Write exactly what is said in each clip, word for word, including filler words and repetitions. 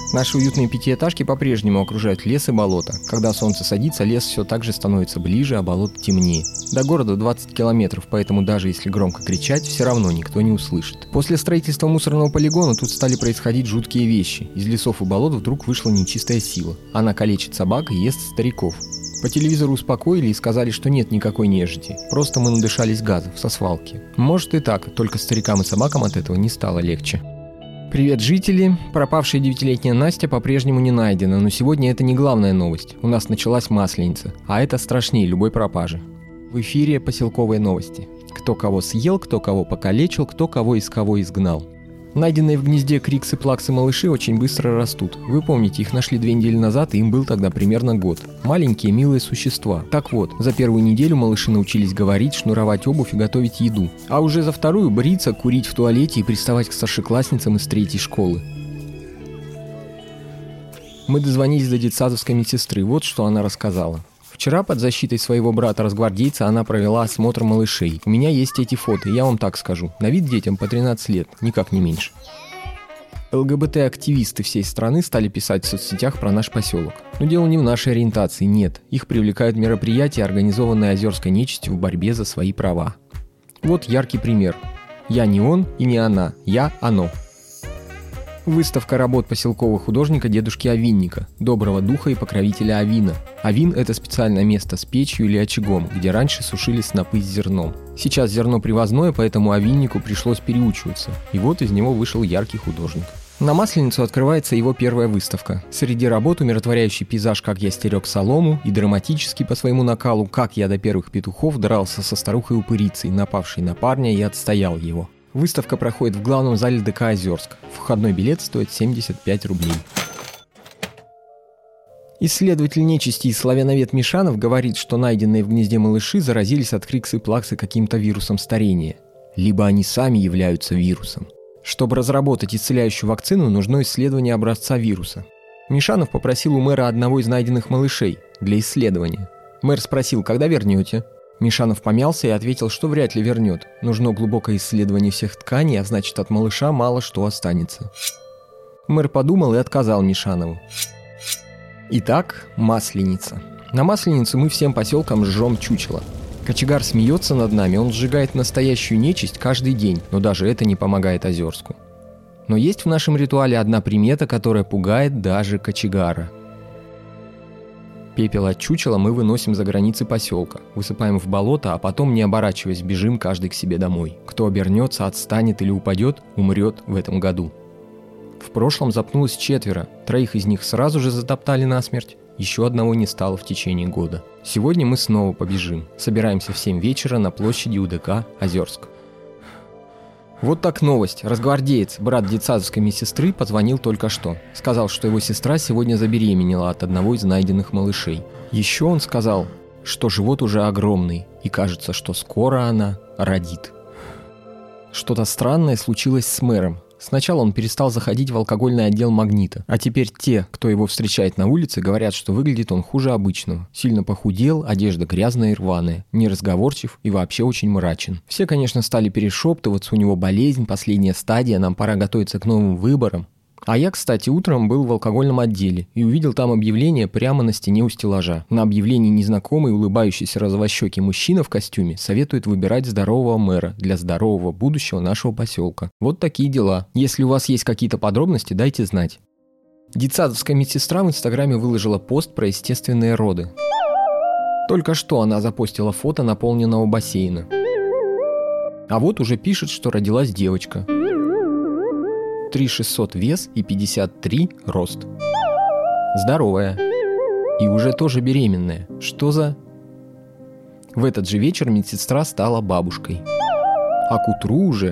Наши уютные пятиэтажки по-прежнему окружают лес и болото. Когда солнце садится, лес все так же становится ближе, а болото темнее. До города двадцать километров, поэтому даже если громко кричать, все равно никто не услышит. После строительства мусорного полигона тут стали происходить жуткие вещи. Из лесов и болот вдруг вышла нечистая сила. Она калечит собак и ест стариков. По телевизору успокоили и сказали, что нет никакой нежити. Просто мы надышались газов со свалки. Может и так, только старикам и собакам от этого не стало легче. Привет, жители! Пропавшая девятилетняя Настя по-прежнему не найдена, но сегодня это не главная новость. У нас началась Масленица, а это страшнее любой пропажи. В эфире поселковые новости. Кто кого съел, кто кого покалечил, кто кого из кого изгнал. Найденные в гнезде криксы-плаксы малыши очень быстро растут. Вы помните, их нашли две недели назад, и им был тогда примерно год. Маленькие милые существа. Так вот, за первую неделю малыши научились говорить, шнуровать обувь и готовить еду. А уже за вторую бриться, курить в туалете и приставать к старшеклассницам из третьей школы. Мы дозвонились до детсадовской медсестры, вот что она рассказала. Вчера под защитой своего брата-разгвардейца она провела осмотр малышей. У меня есть эти фото, я вам так скажу. На вид детям по тринадцать лет, никак не меньше. ЛГБТ-активисты всей страны стали писать в соцсетях про наш поселок. Но дело не в нашей ориентации, нет. Их привлекают мероприятия, организованные озерской нечистью в борьбе за свои права. Вот яркий пример. Я не он и не она, я оно. Выставка работ поселкового художника дедушки Авинника, доброго духа и покровителя Авина. Авин – это специальное место с печью или очагом, где раньше сушили снопы с зерном. Сейчас зерно привозное, поэтому Авиннику пришлось переучиваться. И вот из него вышел яркий художник. На Масленицу открывается его первая выставка. Среди работ умиротворяющий пейзаж «Как я стерег солому» и драматический по своему накалу «Как я до первых петухов дрался со старухой-упырицей, напавшей на парня и отстоял его». Выставка проходит в главном зале ДК «Озерск». Входной билет стоит семьдесят пять рублей. Исследователь нечисти и славяновед Мишанов говорит, что найденные в гнезде малыши заразились от криксы-плаксы каким-то вирусом старения. Либо они сами являются вирусом. Чтобы разработать исцеляющую вакцину, нужно исследование образца вируса. Мишанов попросил у мэра одного из найденных малышей для исследования. Мэр спросил, когда вернете? Мишанов помялся и ответил, что вряд ли вернет. Нужно глубокое исследование всех тканей, а значит, от малыша мало что останется. Мэр подумал и отказал Мишанову. Итак, Масленица. На Масленицу мы всем поселкам жжем чучело. Кочегар смеется над нами, он сжигает настоящую нечисть каждый день, но даже это не помогает Озерску. Но есть в нашем ритуале одна примета, которая пугает даже кочегара. Пепел от чучела мы выносим за границы поселка, высыпаем в болото, а потом, не оборачиваясь, бежим каждый к себе домой. Кто обернется, отстанет или упадет, умрет в этом году. В прошлом запнулось четверо, троих из них сразу же затоптали насмерть, еще одного не стало в течение года. Сегодня мы снова побежим. Собираемся в семь вечера на площади УДК «Озерск». Вот так новость. Разгвардеец, брат детсадовской медсестры, позвонил только что. Сказал, что его сестра сегодня забеременела от одного из найденных малышей. Еще он сказал, что живот уже огромный, и кажется, что скоро она родит. Что-то странное случилось с мэром. Сначала он перестал заходить в алкогольный отдел «Магнита», а теперь те, кто его встречает на улице, говорят, что выглядит он хуже обычного. Сильно похудел, одежда грязная и рваная, неразговорчив и вообще очень мрачен. Все, конечно, стали перешептываться, у него болезнь, последняя стадия, нам пора готовиться к новым выборам. А я, кстати, утром был в алкогольном отделе и увидел там объявление прямо на стене у стеллажа. На объявлении незнакомый улыбающийся розовощекий мужчина в костюме советует выбирать здорового мэра для здорового будущего нашего поселка. Вот такие дела. Если у вас есть какие-то подробности, дайте знать. Детсадовская медсестра в инстаграме выложила пост про естественные роды. Только что она запостила фото наполненного бассейна. А вот уже пишет, что родилась девочка. три тысячи шестьсот вес и пятьдесят три рост. Здоровая. И уже тоже беременная. Что за... В этот же вечер медсестра стала бабушкой. А к утру уже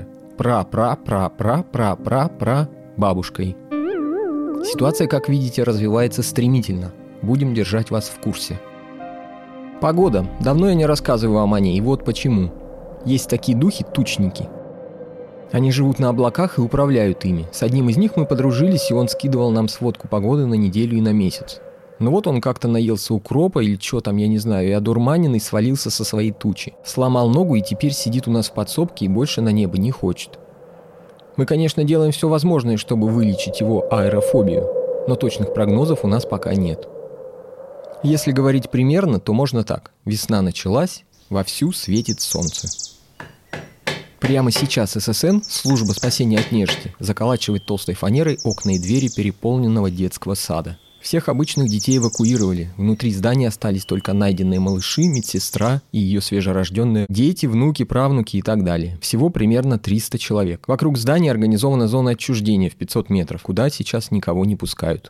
пра-пра-пра-пра-пра-пра-пра бабушкой. Ситуация, как видите, развивается стремительно. Будем держать вас в курсе. Погода. Давно я не рассказываю вам о ней, и вот почему. Есть такие духи-тучники. Они живут на облаках и управляют ими. С одним из них мы подружились, и он скидывал нам сводку погоды на неделю и на месяц. Но вот он как-то наелся укропа или что там, я не знаю, и одурманенный свалился со своей тучи. Сломал ногу и теперь сидит у нас в подсобке и больше на небо не хочет. Мы, конечно, делаем все возможное, чтобы вылечить его аэрофобию. но точных прогнозов у нас пока нет. Если говорить примерно, то можно так. Весна началась, вовсю светит солнце. Прямо сейчас ССН, служба спасения от нежити, заколачивает толстой фанерой окна и двери переполненного детского сада. Всех обычных детей эвакуировали. Внутри здания остались только найденные малыши, медсестра и ее свежерожденные дети, внуки, правнуки и так далее. Всего примерно триста человек. Вокруг здания организована зона отчуждения в пятьсот метров, куда сейчас никого не пускают.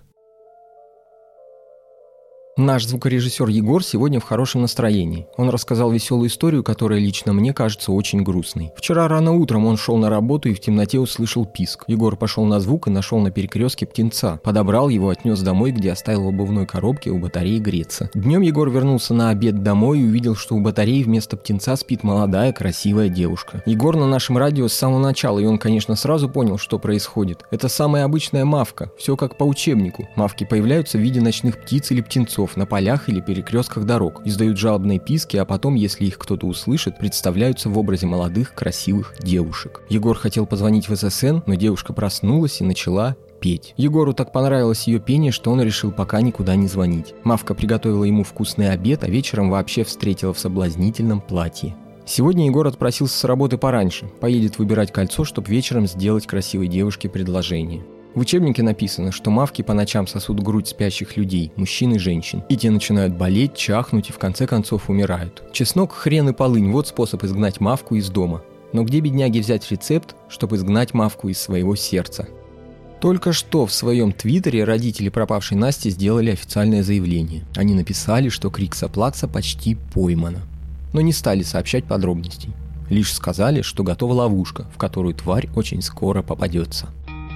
Наш звукорежиссер Егор сегодня в хорошем настроении. Он рассказал веселую историю, которая лично мне кажется очень грустной. Вчера рано утром он шел на работу и в темноте услышал писк. Егор пошел на звук и нашел на перекрестке птенца. Подобрал его, отнес домой, где оставил в обувной коробке у батареи греться. Днем Егор вернулся на обед домой и увидел, что у батареи вместо птенца спит молодая красивая девушка. Егор на нашем радио с самого начала, и он, конечно, сразу понял, что происходит. Это самая обычная мавка. Все как по учебнику. Мавки появляются в виде ночных птиц или птенцов на полях или перекрестках дорог, издают жалобные писки, а потом, если их кто-то услышит, представляются в образе молодых, красивых девушек. Егор хотел позвонить в ССН, но девушка проснулась и начала петь. Егору так понравилось ее пение, что он решил пока никуда не звонить. Мавка приготовила ему вкусный обед, а вечером вообще встретила в соблазнительном платье. Сегодня Егор отпросился с работы пораньше, поедет выбирать кольцо, чтобы вечером сделать красивой девушке предложение. В учебнике написано, что мавки по ночам сосут грудь спящих людей, мужчин и женщин. И те начинают болеть, чахнуть и в конце концов умирают. Чеснок, хрен и полынь – вот способ изгнать мавку из дома. Но где бедняге взять рецепт, чтобы изгнать мавку из своего сердца? Только что в своем твиттере родители пропавшей Насти сделали официальное заявление. Они написали, что Крикса-Плакса почти поймана. Но не стали сообщать подробностей. Лишь сказали, что готова ловушка, в которую тварь очень скоро попадется.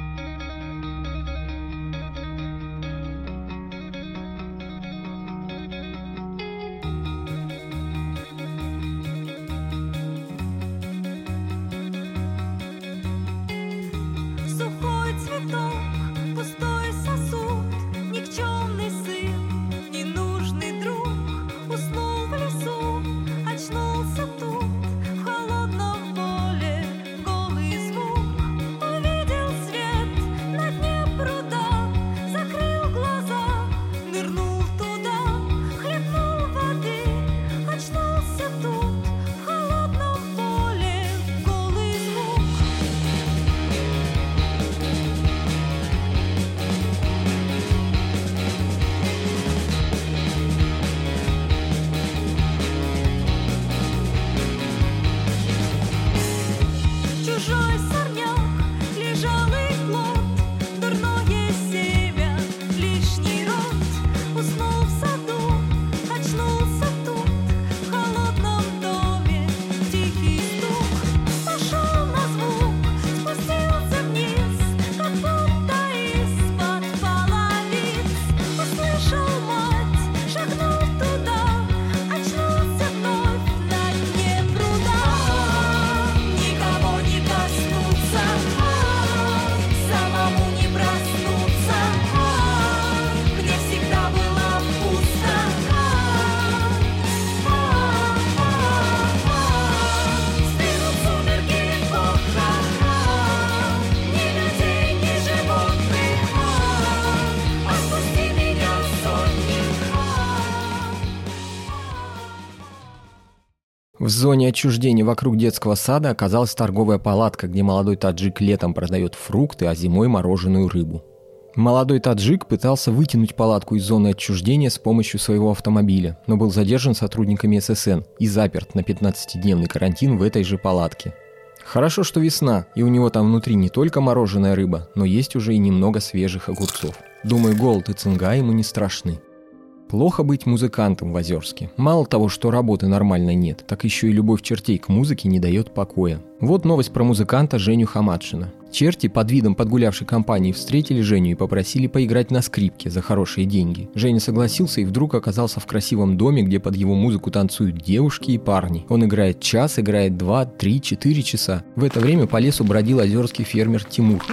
В зоне отчуждения вокруг детского сада оказалась торговая палатка, где молодой таджик летом продает фрукты, а зимой мороженую рыбу. Молодой таджик пытался вытянуть палатку из зоны отчуждения с помощью своего автомобиля, но был задержан сотрудниками ССН и заперт на пятнадцатидневный карантин в этой же палатке. Хорошо, что весна, и у него там внутри не только мороженая рыба, но есть уже и немного свежих огурцов. Думаю, голод и цинга ему не страшны. Плохо быть музыкантом в Озерске. Мало того, что работы нормальной нет, так еще и любовь чертей к музыке не дает покоя. Вот новость про музыканта Женю Хамадшина. Черти под видом подгулявшей компании встретили Женю и попросили поиграть на скрипке за хорошие деньги. Женя согласился и вдруг оказался в красивом доме, где под его музыку танцуют девушки и парни. Он играет час, играет два, три, четыре часа. В это время по лесу бродил озерский фермер Тимур.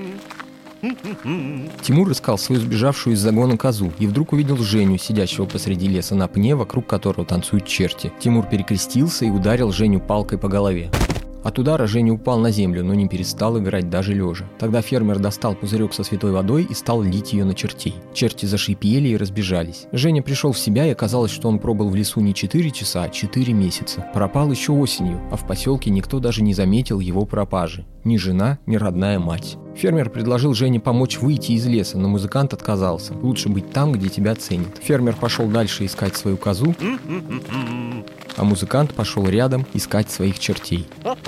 Тимур искал свою сбежавшую из загона козу и вдруг увидел Женю, сидящего посреди леса на пне, вокруг которого танцуют черти. Тимур перекрестился и ударил Женю палкой по голове. От удара Женя упал на землю, но не перестал играть даже лежа. Тогда фермер достал пузырек со святой водой и стал лить ее на чертей. Черти зашипели и разбежались. Женя пришел в себя, и оказалось, что он пробыл в лесу не четыре часа, а четыре месяца. Пропал еще осенью, а в поселке никто даже не заметил его пропажи. Ни жена, ни родная мать. Фермер предложил Жене помочь выйти из леса, но музыкант отказался. Лучше быть там, где тебя ценят. Фермер пошел дальше искать свою козу, а музыкант пошел рядом искать своих чертей.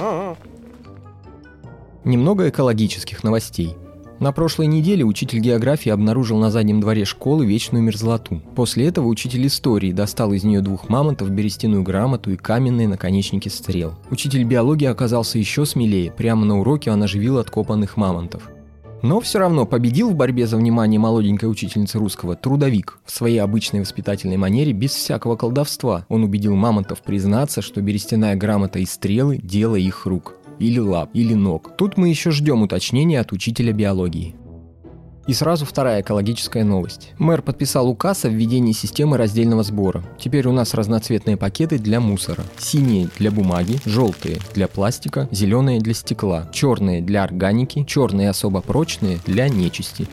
Немного экологических новостей. На прошлой неделе учитель географии обнаружил на заднем дворе школы вечную мерзлоту. После этого учитель истории достал из нее двух мамонтов, берестяную грамоту и каменные наконечники стрел. Учитель биологии оказался еще смелее. Прямо на уроке он оживил откопанных мамонтов. Но все равно победил в борьбе за внимание молоденькой учительницы русского трудовик. В своей обычной воспитательной манере, без всякого колдовства, он убедил мамонтов признаться, что берестяная грамота и стрелы – дело их рук. Или лап, или ног. Тут мы еще ждем уточнения от учителя биологии. И сразу вторая экологическая новость. Мэр подписал указ о введении системы раздельного сбора. Теперь у нас разноцветные пакеты для мусора. Синие для бумаги, желтые для пластика, зеленые для стекла, черные для органики, черные особо прочные для нечисти.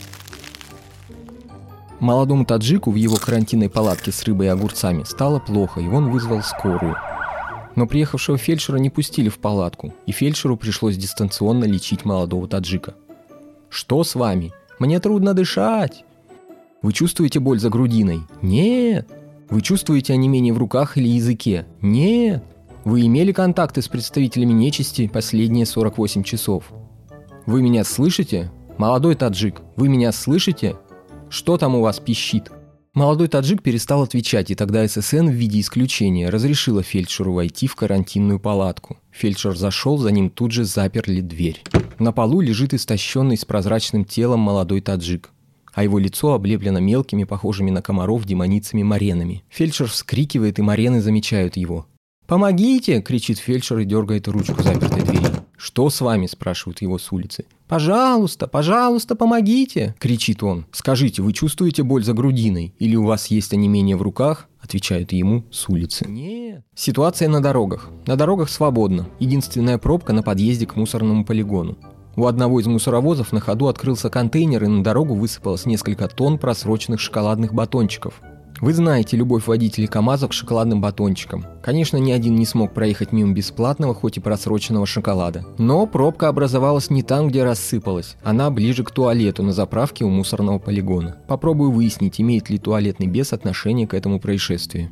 Молодому таджику в его карантинной палатке с рыбой и огурцами стало плохо, и он вызвал скорую. Но приехавшего фельдшера не пустили в палатку, и фельдшеру пришлось дистанционно лечить молодого таджика. «Что с вами? Мне трудно дышать!» «Вы чувствуете боль за грудиной?» «Нет!» «Вы чувствуете онемение в руках или языке?» «Нет!» «Вы имели контакты с представителями нечисти последние сорок восемь часов?» «Вы меня слышите? Молодой таджик, вы меня слышите? Что там у вас пищит?» Молодой таджик перестал отвечать, и тогда эс эс эн в виде исключения разрешила фельдшеру войти в карантинную палатку. Фельдшер зашел, за ним тут же заперли дверь. На полу лежит истощенный с прозрачным телом молодой таджик, а его лицо облеплено мелкими, похожими на комаров, демоницами-маренами. Фельдшер вскрикивает, и марены замечают его. «Помогите!» – кричит фельдшер и дергает ручку запертой двери. «Что с вами?» – спрашивают его с улицы. «Пожалуйста, пожалуйста, помогите!» – кричит он. «Скажите, вы чувствуете боль за грудиной? Или у вас есть онемение в руках?» – отвечают ему с улицы. «Нет». Ситуация на дорогах. На дорогах свободно. Единственная пробка на подъезде к мусорному полигону. У одного из мусоровозов на ходу открылся контейнер, и на дорогу высыпалось несколько тонн просроченных шоколадных батончиков. Вы знаете любовь водителей КАМАЗов к шоколадным батончикам. Конечно, ни один не смог проехать мимо бесплатного, хоть и просроченного шоколада. Но пробка образовалась не там, где рассыпалась. Она ближе к туалету на заправке у мусорного полигона. Попробую выяснить, имеет ли туалетный бес отношение к этому происшествию.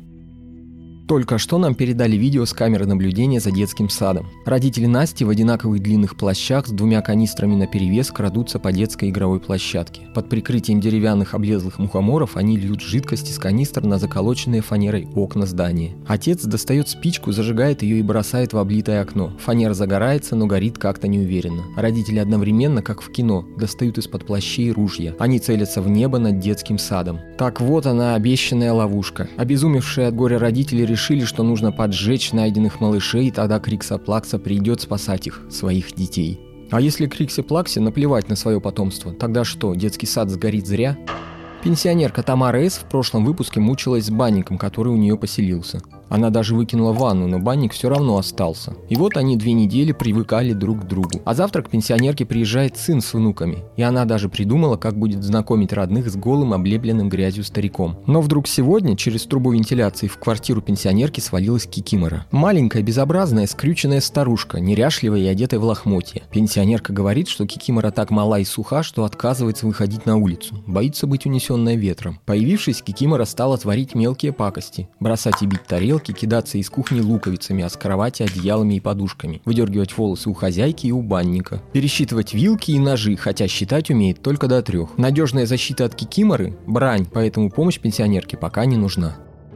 Только что нам передали видео с камеры наблюдения за детским садом. Родители Насти в одинаковых длинных плащах с двумя канистрами наперевес крадутся по детской игровой площадке. Под прикрытием деревянных облезлых мухоморов они льют жидкость из канистр на заколоченные фанерой окна здания. Отец достает спичку, зажигает ее и бросает в облитое окно. Фанера загорается, но горит как-то неуверенно. Родители одновременно, как в кино, достают из-под плащей ружья. Они целятся в небо над детским садом. Так вот она, обещанная ловушка. Обезумевшие от горя родители решили, решили, что нужно поджечь найденных малышей, и тогда Крикса-Плакса придет спасать их, своих детей. А если Криксе-Плаксе наплевать на свое потомство, тогда что, детский сад сгорит зря? Пенсионерка Тамара С. в прошлом выпуске мучилась с банником, который у нее поселился. Она даже выкинула ванну, но банник все равно остался. И вот они две недели привыкали друг к другу. А завтра к пенсионерке приезжает сын с внуками. И она даже придумала, как будет знакомить родных с голым, облепленным грязью стариком. Но вдруг сегодня через трубу вентиляции в квартиру пенсионерки свалилась кикимора. Маленькая, безобразная, скрюченная старушка, неряшливая и одетая в лохмотья. Пенсионерка говорит, что кикимора так мала и суха, что отказывается выходить на улицу. Боится быть унесенная ветром. Появившись, кикимора стала творить мелкие пакости. Бросать и бить тарелки, кидаться из кухни луковицами, а с кровати одеялами и подушками, выдергивать волосы у хозяйки и у банника, пересчитывать вилки и ножи, хотя считать умеет только до трех. Надежная защита от кикиморы – брань, поэтому помощь пенсионерке пока не нужна.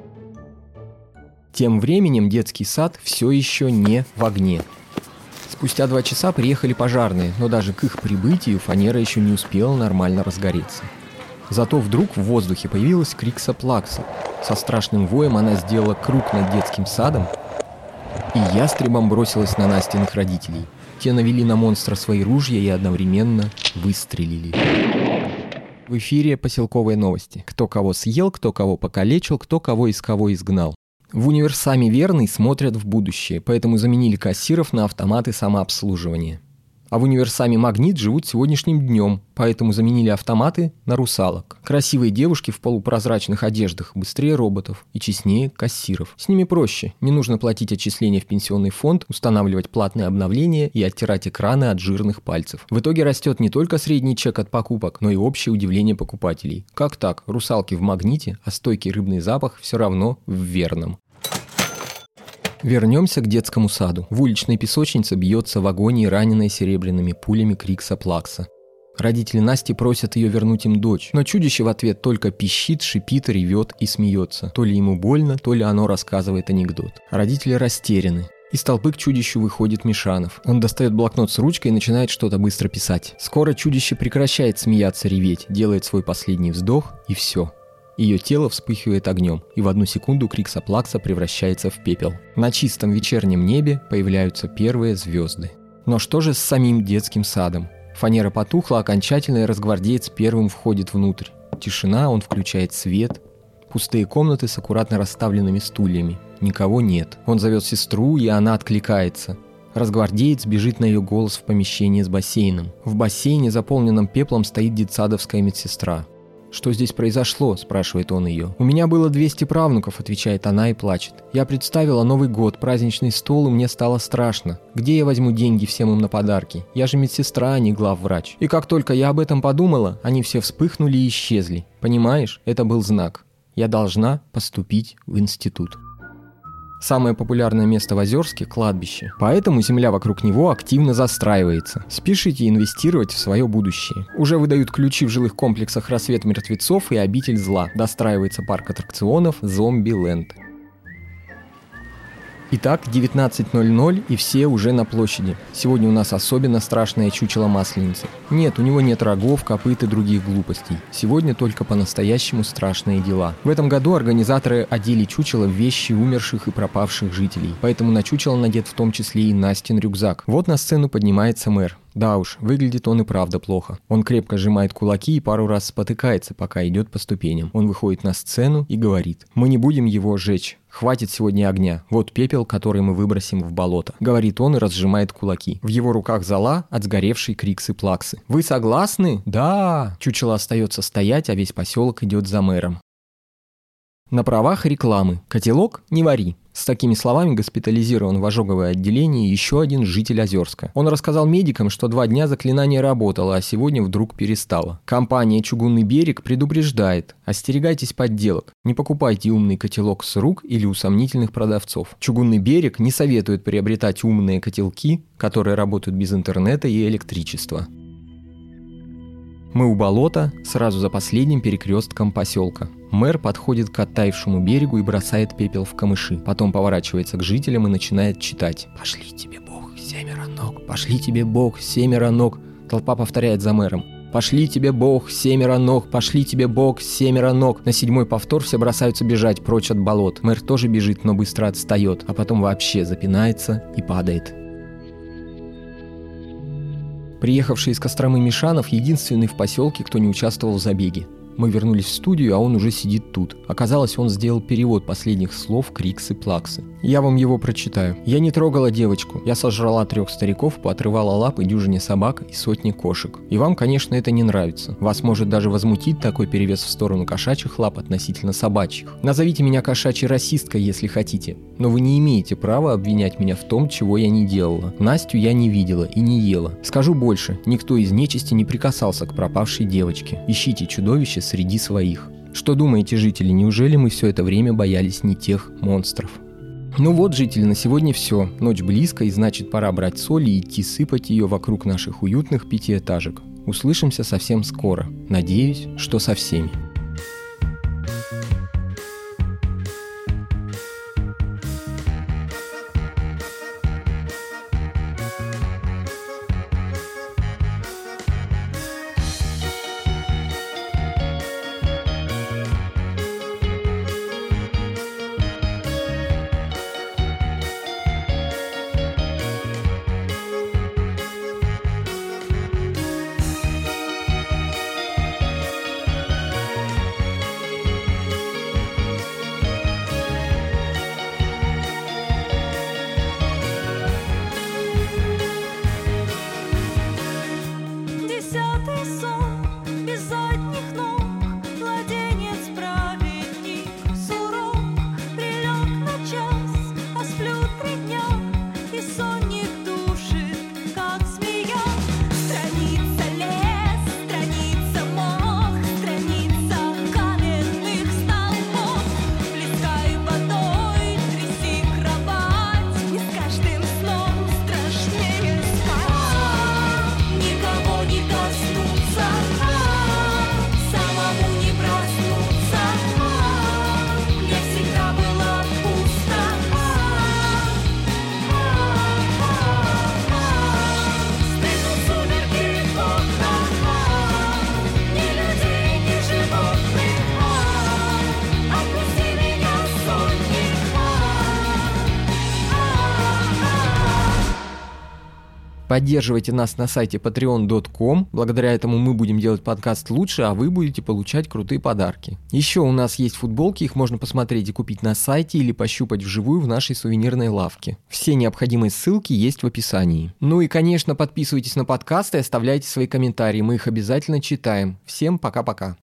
Тем временем детский сад все еще не в огне. Спустя два часа приехали пожарные, но даже к их прибытию фанера еще не успела нормально разгореться. Зато вдруг в воздухе появилась Крикса-Плакса. Со страшным воем она сделала круг над детским садом и ястребом бросилась на Настиных родителей. Те навели на монстра свои ружья и одновременно выстрелили. В эфире поселковые новости. Кто кого съел, кто кого покалечил, кто кого из кого изгнал. В универсаме «Верный» смотрят в будущее, поэтому заменили кассиров на автоматы самообслуживания. А в универсаме «Магнит» живут сегодняшним днем, поэтому заменили автоматы на русалок. Красивые девушки в полупрозрачных одеждах быстрее роботов и честнее кассиров. С ними проще, не нужно платить отчисления в пенсионный фонд, устанавливать платные обновления и оттирать экраны от жирных пальцев. В итоге растет не только средний чек от покупок, но и общее удивление покупателей. Как так? Русалки в «Магните», а стойкий рыбный запах все равно в «Верном». Вернемся к детскому саду. В уличной песочнице бьется в агонии раненая серебряными пулями Крикса Плакса. Родители Насти просят ее вернуть им дочь, но чудище в ответ только пищит, шипит, ревет и смеется. То ли ему больно, то ли оно рассказывает анекдот. Родители растеряны. Из толпы к чудищу выходит Мишанов. Он достает блокнот с ручкой и начинает что-то быстро писать. Скоро чудище прекращает смеяться, реветь, делает свой последний вздох и все. Ее тело вспыхивает огнем, и в одну секунду Крикса Плакса превращается в пепел. На чистом вечернем небе появляются первые звезды. Но что же с самим детским садом? Фанера потухла окончательно, и росгвардеец первым входит внутрь. Тишина, он включает свет. Пустые комнаты с аккуратно расставленными стульями. Никого нет. Он зовет сестру, и она откликается. Росгвардеец бежит на ее голос в помещение с бассейном. В бассейне, заполненном пеплом, стоит детсадовская медсестра. «Что здесь произошло?» – спрашивает он ее. «У меня было двести правнуков», – отвечает она и плачет. «Я представила Новый год, праздничный стол, и мне стало страшно. Где я возьму деньги всем им на подарки? Я же медсестра, а не главврач». И как только я об этом подумала, они все вспыхнули и исчезли. Понимаешь, это был знак. Я должна поступить в институт. Самое популярное место в Озерске – кладбище. Поэтому земля вокруг него активно застраивается. Спешите инвестировать в свое будущее. Уже выдают ключи в жилых комплексах «Рассвет мертвецов» и «Обитель зла». Достраивается парк аттракционов «Зомби-ленд». Итак, девятнадцать ноль ноль, и все уже на площади. Сегодня у нас особенно страшное чучело Масленицы. Нет, у него нет рогов, копыт и других глупостей. Сегодня только по-настоящему страшные дела. В этом году организаторы одели чучело в вещи умерших и пропавших жителей. Поэтому на чучело надет в том числе и Настин рюкзак. Вот на сцену поднимается мэр. Да уж, выглядит он и правда плохо. Он крепко сжимает кулаки и пару раз спотыкается, пока идет по ступеням. Он выходит на сцену и говорит: «Мы не будем его жечь. Хватит сегодня огня. Вот пепел, который мы выбросим в болото», — говорит он и разжимает кулаки. В его руках зола от сгоревшей Криксы Плаксы. «Вы согласны?» «Да!» Чучело остается стоять, а весь поселок идет за мэром. На правах рекламы. Котелок не вари. С такими словами госпитализирован в ожоговое отделение еще один житель Озерска. Он рассказал медикам, что два дня заклинание работало, а сегодня вдруг перестало. Компания «Чугунный берег» предупреждает: остерегайтесь подделок. Не покупайте умный котелок с рук или у сомнительных продавцов. «Чугунный берег» не советует приобретать умные котелки, которые работают без интернета и электричества. Мы у болота, сразу за последним перекрестком поселка. Мэр подходит к оттаившему берегу и бросает пепел в камыши. Потом поворачивается к жителям и начинает читать. «Пошли тебе Бог, семеро ног! Пошли тебе Бог, семеро ног!» Толпа повторяет за мэром. «Пошли тебе Бог, семеро ног! Пошли тебе Бог, семеро ног!» На седьмой повтор все бросаются бежать прочь от болот. Мэр тоже бежит, но быстро отстает, а потом вообще запинается и падает. Приехавший из Костромы Мишанов единственный в поселке, кто не участвовал в забеге. Мы вернулись в студию, а он уже сидит тут. Оказалось, он сделал перевод последних слов Криксы Плаксы. Я вам его прочитаю. «Я не трогала девочку. Я сожрала трех стариков, поотрывала лапы дюжине собак и сотни кошек. И вам, конечно, это не нравится. Вас может даже возмутить такой перевес в сторону кошачьих лап относительно собачьих. Назовите меня кошачьей расисткой, если хотите. Но вы не имеете права обвинять меня в том, чего я не делала. Настю я не видела и не ела. Скажу больше, никто из нечисти не прикасался к пропавшей девочке. Ищите чудовище среди своих». Что думаете, жители, неужели мы все это время боялись не тех монстров? Ну вот, жители, на сегодня все. Ночь близко, и значит пора брать соль и идти сыпать ее вокруг наших уютных пятиэтажек. Услышимся совсем скоро. Надеюсь, что со всеми. Поддерживайте нас на сайте патреон точка ком. Благодаря этому мы будем делать подкаст лучше, а вы будете получать крутые подарки. Еще у нас есть футболки, их можно посмотреть и купить на сайте или пощупать вживую в нашей сувенирной лавке. Все необходимые ссылки есть в описании. Ну и, конечно, подписывайтесь на подкаст и оставляйте свои комментарии, мы их обязательно читаем. Всем пока-пока.